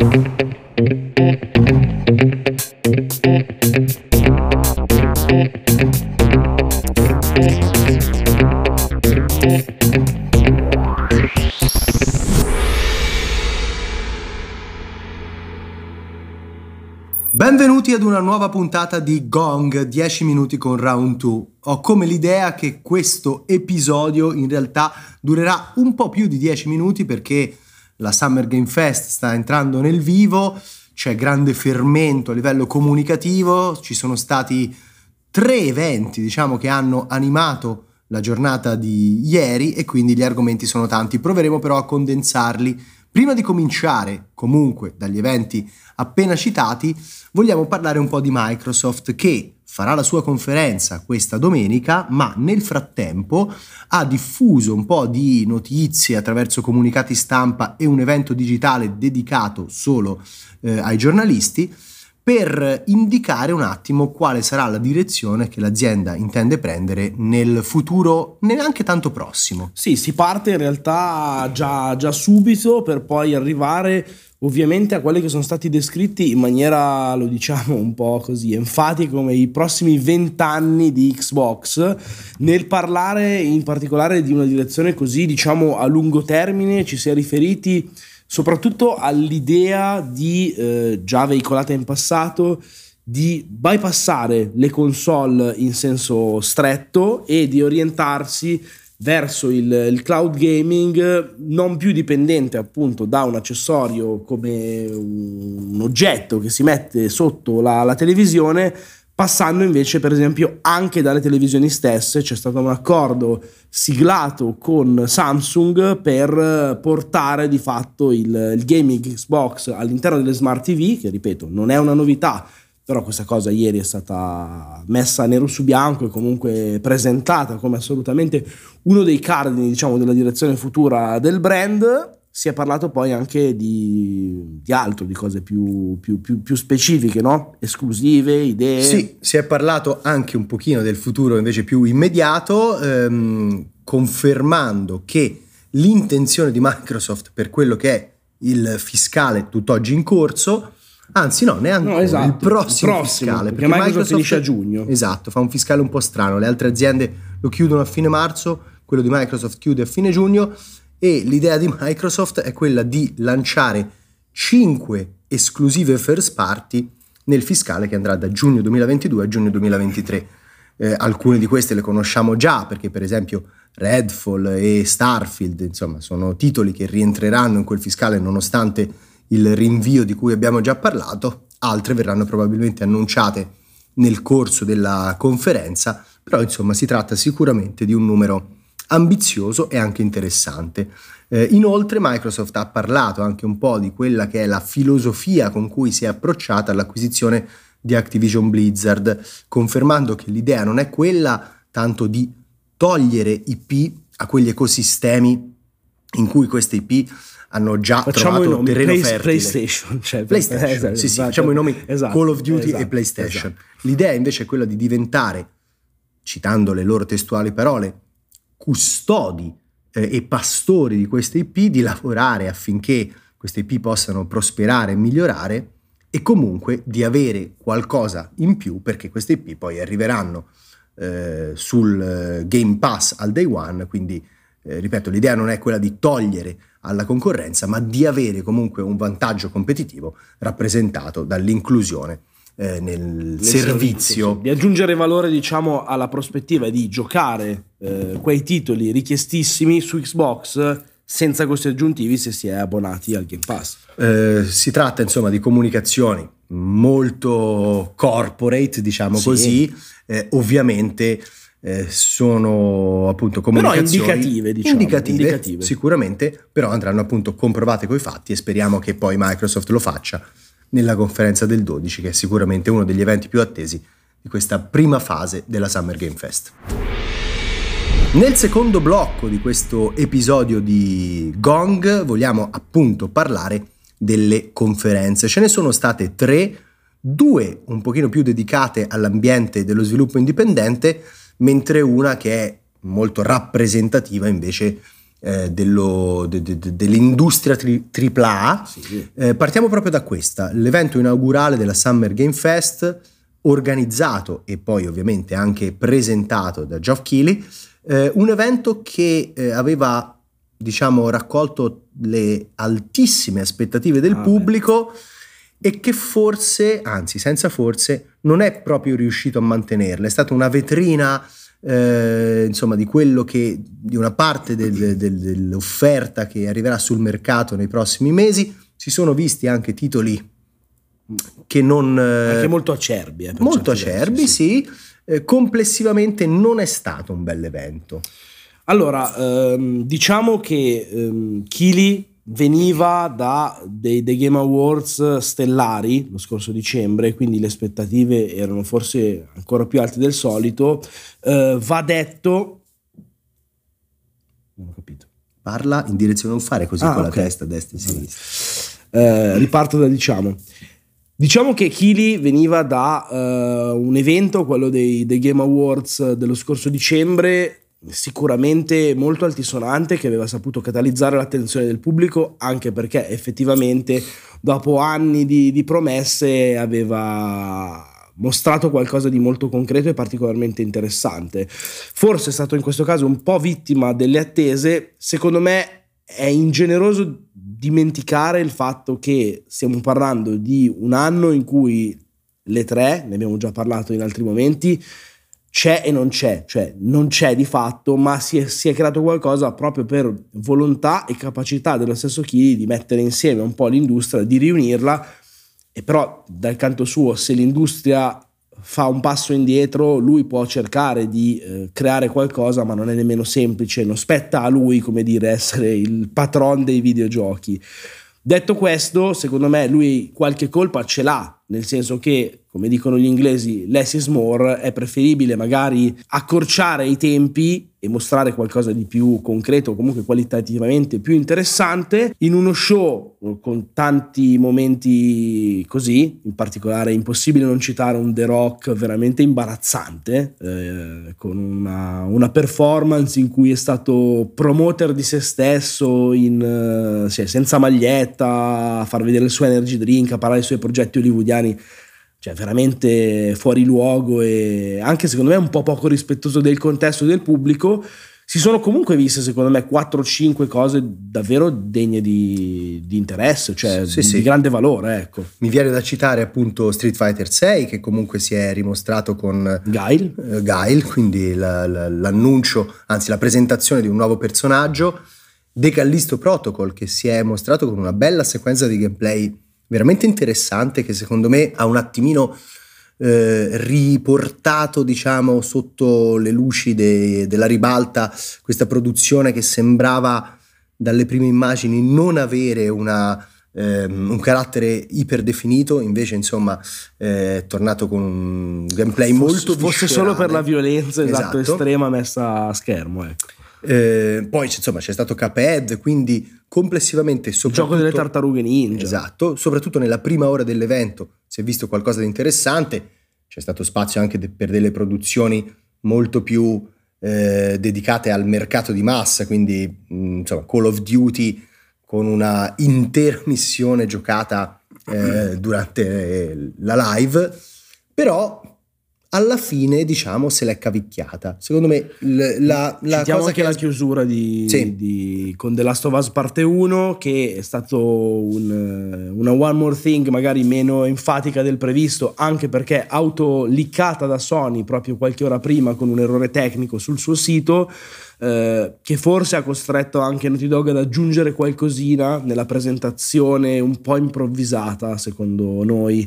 Benvenuti ad una nuova puntata di Gong 10 minuti con Round 2. Ho come l'idea che questo episodio in realtà durerà un po' più di 10 minuti perché la Summer Game Fest sta entrando nel vivo, c'è grande fermento a livello comunicativo, ci sono stati 3 eventi, diciamo, che hanno animato la giornata di ieri e quindi gli argomenti sono tanti. Proveremo però a condensarli. Prima di cominciare, comunque, dagli eventi appena citati, vogliamo parlare un po' di Microsoft, che farà la sua conferenza questa domenica, ma nel frattempo ha diffuso un po' di notizie attraverso comunicati stampa e un evento digitale dedicato solo ai giornalisti, per indicare un attimo quale sarà la direzione che l'azienda intende prendere nel futuro neanche tanto prossimo. Sì, si parte in realtà già subito per poi arrivare ovviamente a quelli che sono stati descritti in maniera, lo diciamo un po' così, enfatica, come i prossimi 20 anni di Xbox. Nel parlare in particolare di una direzione così, diciamo, a lungo termine, ci si è riferiti soprattutto all'idea di, già veicolata in passato, di bypassare le console in senso stretto e di orientarsi verso il cloud gaming, non più dipendente appunto da un accessorio come un oggetto che si mette sotto la televisione, passando invece per esempio anche dalle televisioni stesse. C'è stato un accordo siglato con Samsung per portare di fatto il gaming Xbox all'interno delle smart TV, che ripeto non è una novità, però questa cosa ieri è stata messa nero su bianco e comunque presentata come assolutamente uno dei cardini, diciamo, della direzione futura del brand. Si è parlato poi anche di altro, di cose più specifiche, no? Esclusive, idee. Sì, si è parlato anche un pochino del futuro invece più immediato, confermando che l'intenzione di Microsoft per quello che è il fiscale tutt'oggi in corso, anzi no, neanche esatto, il prossimo fiscale, perché Microsoft finisce a giugno. Esatto, fa un fiscale un po' strano, le altre aziende lo chiudono a fine marzo, quello di Microsoft chiude a fine giugno. E l'idea di Microsoft è quella di lanciare 5 esclusive first party nel fiscale che andrà da giugno 2022 a giugno 2023. Alcune di queste le conosciamo già, perché per esempio Redfall e Starfield, insomma, sono titoli che rientreranno in quel fiscale nonostante il rinvio di cui abbiamo già parlato. Altre verranno probabilmente annunciate nel corso della conferenza, però insomma si tratta sicuramente di un numero ambizioso e anche interessante. Inoltre Microsoft ha parlato anche un po' di quella che è la filosofia con cui si è approcciata all'acquisizione di Activision Blizzard, confermando che l'idea non è quella tanto di togliere IP a quegli ecosistemi in cui queste IP hanno già trovato terreno fertile. PlayStation, sì, facciamo i nomi, Call of Duty e PlayStation. Esatto. L'idea invece è quella di diventare, citando le loro testuali parole, custodi e pastori di queste IP, di lavorare affinché queste IP possano prosperare e migliorare, e comunque di avere qualcosa in più, perché queste IP poi arriveranno sul Game Pass al day one. Quindi ripeto, l'idea non è quella di togliere alla concorrenza, ma di avere comunque un vantaggio competitivo rappresentato dall'inclusione nel servizio, sì. Di aggiungere valore, diciamo, alla prospettiva di giocare quei titoli richiestissimi su Xbox senza costi aggiuntivi se si è abbonati al Game Pass. Si tratta insomma di comunicazioni molto corporate, diciamo sì. Così, ovviamente sono appunto comunicazioni però indicative sicuramente, però andranno appunto comprovate coi fatti e speriamo che poi Microsoft lo faccia nella conferenza del 12, che è sicuramente uno degli eventi più attesi di questa prima fase della Summer Game Fest. Nel secondo blocco di questo episodio di Gong vogliamo appunto parlare delle conferenze. Ce ne sono state 3, 2 un pochino più dedicate all'ambiente dello sviluppo indipendente, mentre una che è molto rappresentativa invece dell'industria AAA. Sì. Partiamo proprio da questa, l'evento inaugurale della Summer Game Fest, organizzato e poi ovviamente anche presentato da Geoff Keighley, un evento che aveva, diciamo, raccolto le altissime aspettative del pubblico e che forse, anzi senza forse, non è proprio riuscito a mantenerle. È stata una vetrina insomma di quello che, di una parte dell'offerta che arriverà sul mercato nei prossimi mesi. Si sono visti anche titoli che non anche molto acerbi, molto acerbi, versi, sì. Complessivamente non è stato un bell'evento. Allora, diciamo che Keighley veniva da dei Game Awards stellari lo scorso dicembre, quindi le aspettative erano forse ancora più alte del solito. Va detto, non ho capito, parla in direzione, non fare così con la testa a destra e a sinistra. Riparto da diciamo che Keighley veniva da un evento, quello dei Game Awards dello scorso dicembre, sicuramente molto altisonante, che aveva saputo catalizzare l'attenzione del pubblico, anche perché effettivamente dopo anni di promesse aveva mostrato qualcosa di molto concreto e particolarmente interessante. Forse è stato in questo caso un po' vittima delle attese. Secondo me è ingeneroso dimenticare il fatto che stiamo parlando di un anno in cui le tre, ne abbiamo già parlato in altri momenti, c'è e non c'è, cioè non c'è di fatto, ma si è creato qualcosa proprio per volontà e capacità dello stesso Keighley di mettere insieme un po' l'industria, di riunirla. E però dal canto suo, se l'industria fa un passo indietro, lui può cercare di creare qualcosa, ma non è nemmeno semplice, non spetta a lui, come dire, essere il patron dei videogiochi. Detto questo, secondo me lui qualche colpa ce l'ha, nel senso che, come dicono gli inglesi, less is more. È preferibile magari accorciare i tempi e mostrare qualcosa di più concreto, comunque qualitativamente più interessante, in uno show con tanti momenti così. In particolare è impossibile non citare un The Rock veramente imbarazzante, con una performance in cui è stato promoter di se stesso senza maglietta, a far vedere il suo energy drink, a parlare dei suoi progetti hollywoodiani. Cioè veramente fuori luogo e anche secondo me un po' poco rispettoso del contesto del pubblico. Si sono comunque viste secondo me 4-5 cose davvero degne di interesse, cioè di grande valore, ecco. Mi viene da citare appunto Street Fighter 6, che comunque si è rimostrato con Guile, quindi l'annuncio, anzi la presentazione di un nuovo personaggio, The Callisto Protocol, che si è mostrato con una bella sequenza di gameplay veramente interessante, che secondo me ha un attimino riportato, diciamo, sotto le luci della ribalta questa produzione che sembrava dalle prime immagini non avere un carattere iperdefinito. Invece insomma è tornato con un gameplay molto forse solo per la violenza estrema messa a schermo, ecco. Poi insomma c'è stato Cuphead, quindi complessivamente il gioco delle tartarughe ninja, esatto, soprattutto nella prima ora dell'evento si è visto qualcosa di interessante. C'è stato spazio anche per delle produzioni molto più dedicate al mercato di massa, quindi insomma Call of Duty con una intera missione giocata durante la live. Però alla fine, diciamo, se l'è cavicchiata. Secondo me la citiamo cosa anche la chiusura con The Last of Us parte 1, che è stato una One More Thing magari meno enfatica del previsto, anche perché autoliccata da Sony proprio qualche ora prima con un errore tecnico sul suo sito, che forse ha costretto anche Naughty Dog ad aggiungere qualcosina nella presentazione un po' improvvisata, secondo noi,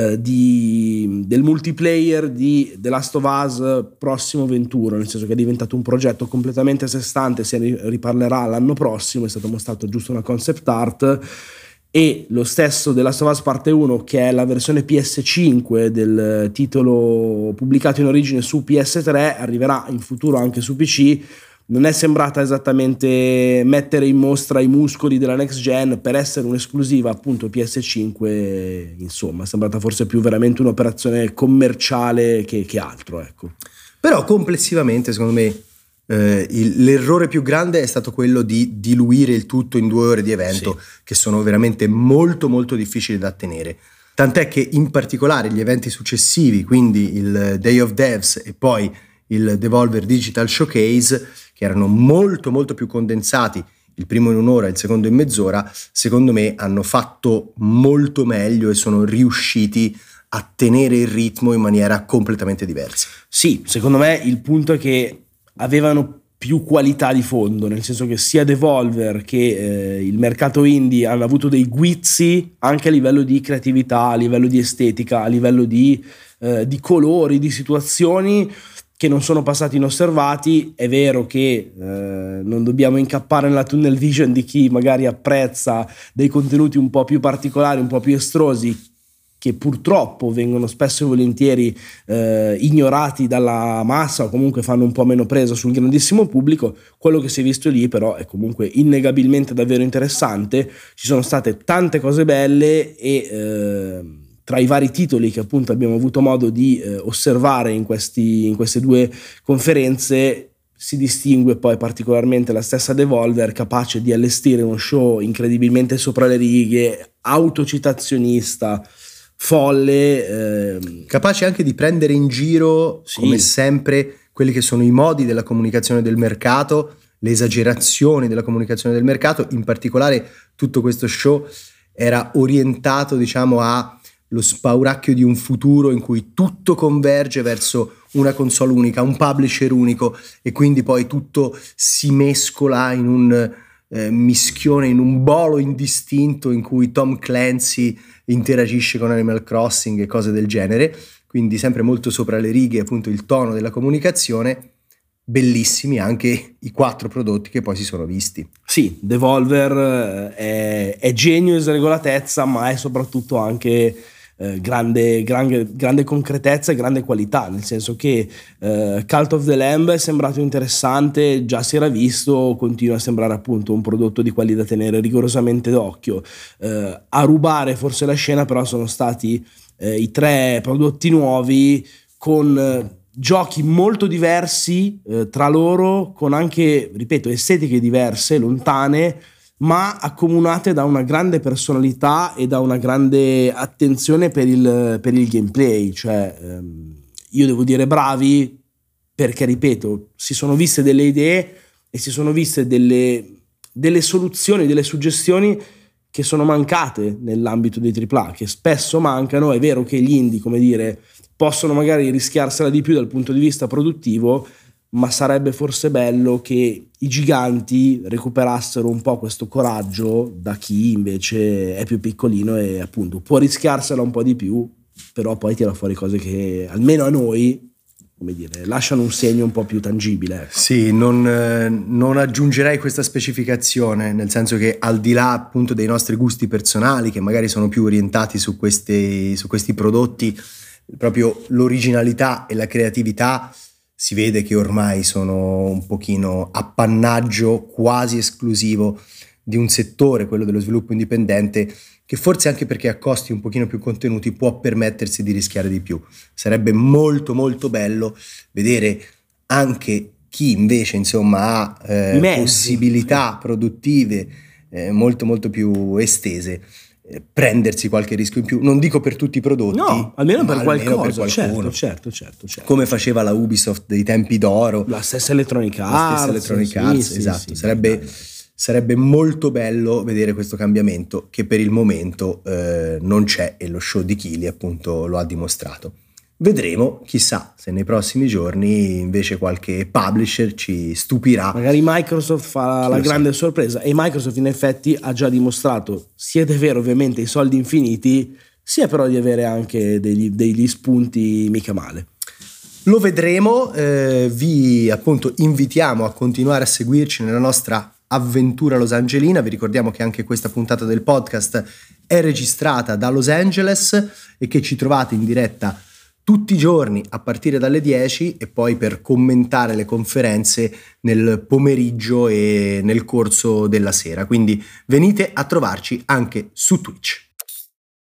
del multiplayer di The Last of Us prossimo venturo, nel senso che è diventato un progetto completamente a sé stante. Se ne riparlerà l'anno prossimo, è stato mostrato giusto una concept art. E lo stesso The Last of Us parte 1, che è la versione PS5 del titolo pubblicato in origine su PS3, arriverà in futuro anche su PC. Non è sembrata esattamente mettere in mostra i muscoli della next gen per essere un'esclusiva appunto PS5, insomma è sembrata forse più veramente un'operazione commerciale che altro, ecco. Però complessivamente secondo me l'errore più grande è stato quello di diluire il tutto in 2 ore di evento, che sono veramente molto molto difficili da tenere. Tant'è che in particolare gli eventi successivi, quindi il Day of Devs e poi il Devolver Digital Showcase, che erano molto molto più condensati, il primo in 1 ora e il secondo in mezz'ora, secondo me hanno fatto molto meglio e sono riusciti a tenere il ritmo in maniera completamente diversa. Sì, secondo me il punto è che avevano più qualità di fondo, nel senso che sia Devolver che il mercato indie hanno avuto dei guizzi anche a livello di creatività, a livello di estetica, a livello di colori, di situazioni che non sono passati inosservati. È vero che non dobbiamo incappare nella tunnel vision di chi magari apprezza dei contenuti un po' più particolari, un po' più estrosi, che purtroppo vengono spesso e volentieri ignorati dalla massa o comunque fanno un po' meno presa sul grandissimo pubblico. Quello che si è visto lì però è comunque innegabilmente davvero interessante. Ci sono state tante cose belle e tra i vari titoli che appunto abbiamo avuto modo di osservare in queste 2 conferenze si distingue poi particolarmente la stessa Devolver, capace di allestire uno show incredibilmente sopra le righe, autocitazionista, folle, capace anche di prendere in giro, come sempre, quelli che sono i modi della comunicazione del mercato, le esagerazioni della comunicazione del mercato. In particolare tutto questo show era orientato, diciamo, a lo spauracchio di un futuro in cui tutto converge verso una console unica, un publisher unico, e quindi poi tutto si mescola in un mischione, in un bolo indistinto in cui Tom Clancy interagisce con Animal Crossing e cose del genere. Quindi sempre molto sopra le righe appunto il tono della comunicazione. Bellissimi anche i 4 prodotti che poi si sono visti. Sì, Devolver è genio in sregolatezza, ma è soprattutto anche grande concretezza e grande qualità, nel senso che Cult of the Lamb è sembrato interessante, già si era visto, continua a sembrare appunto un prodotto di quelli da tenere rigorosamente d'occhio. A rubare forse la scena però sono stati i 3 prodotti nuovi con giochi molto diversi tra loro, con anche, ripeto, estetiche diverse, lontane, ma accomunate da una grande personalità e da una grande attenzione per il gameplay. Cioè io devo dire bravi, perché ripeto, si sono viste delle idee e si sono viste delle soluzioni, delle suggestioni che sono mancate nell'ambito dei AAA, che spesso mancano. È vero che gli indie, come dire, possono magari rischiarsela di più dal punto di vista produttivo, ma sarebbe forse bello che i giganti recuperassero un po' questo coraggio da chi invece è più piccolino e appunto può rischiarsela un po' di più, però poi tira fuori cose che almeno a noi, come dire, lasciano un segno un po' più tangibile. Sì, non aggiungerei questa specificazione, nel senso che al di là appunto dei nostri gusti personali, che magari sono più orientati su questi prodotti, proprio l'originalità e la creatività si vede che ormai sono un pochino appannaggio quasi esclusivo di un settore, quello dello sviluppo indipendente, che forse anche perché a costi un pochino più contenuti può permettersi di rischiare di più. Sarebbe molto molto bello vedere anche chi invece insomma ha possibilità produttive molto molto più estese prendersi qualche rischio in più, non dico per tutti i prodotti, no, almeno per qualcosa, per qualcuno. Certo. Come faceva la Ubisoft dei tempi d'oro, la stessa Electronic Arts, esatto. Sarebbe molto bello vedere questo cambiamento, che per il momento non c'è, e lo show di Chili appunto lo ha dimostrato. Vedremo, chissà se nei prossimi giorni invece qualche publisher ci stupirà. Magari Microsoft fa la grande sorpresa, e Microsoft in effetti ha già dimostrato, sia di avere ovviamente i soldi infiniti, sia però di avere anche degli spunti mica male. Lo vedremo, vi appunto invitiamo a continuare a seguirci nella nostra avventura Los Angelina. Vi ricordiamo che anche questa puntata del podcast è registrata da Los Angeles e che ci trovate in diretta tutti i giorni a partire dalle 10 e poi per commentare le conferenze nel pomeriggio e nel corso della sera. Quindi venite a trovarci anche su Twitch.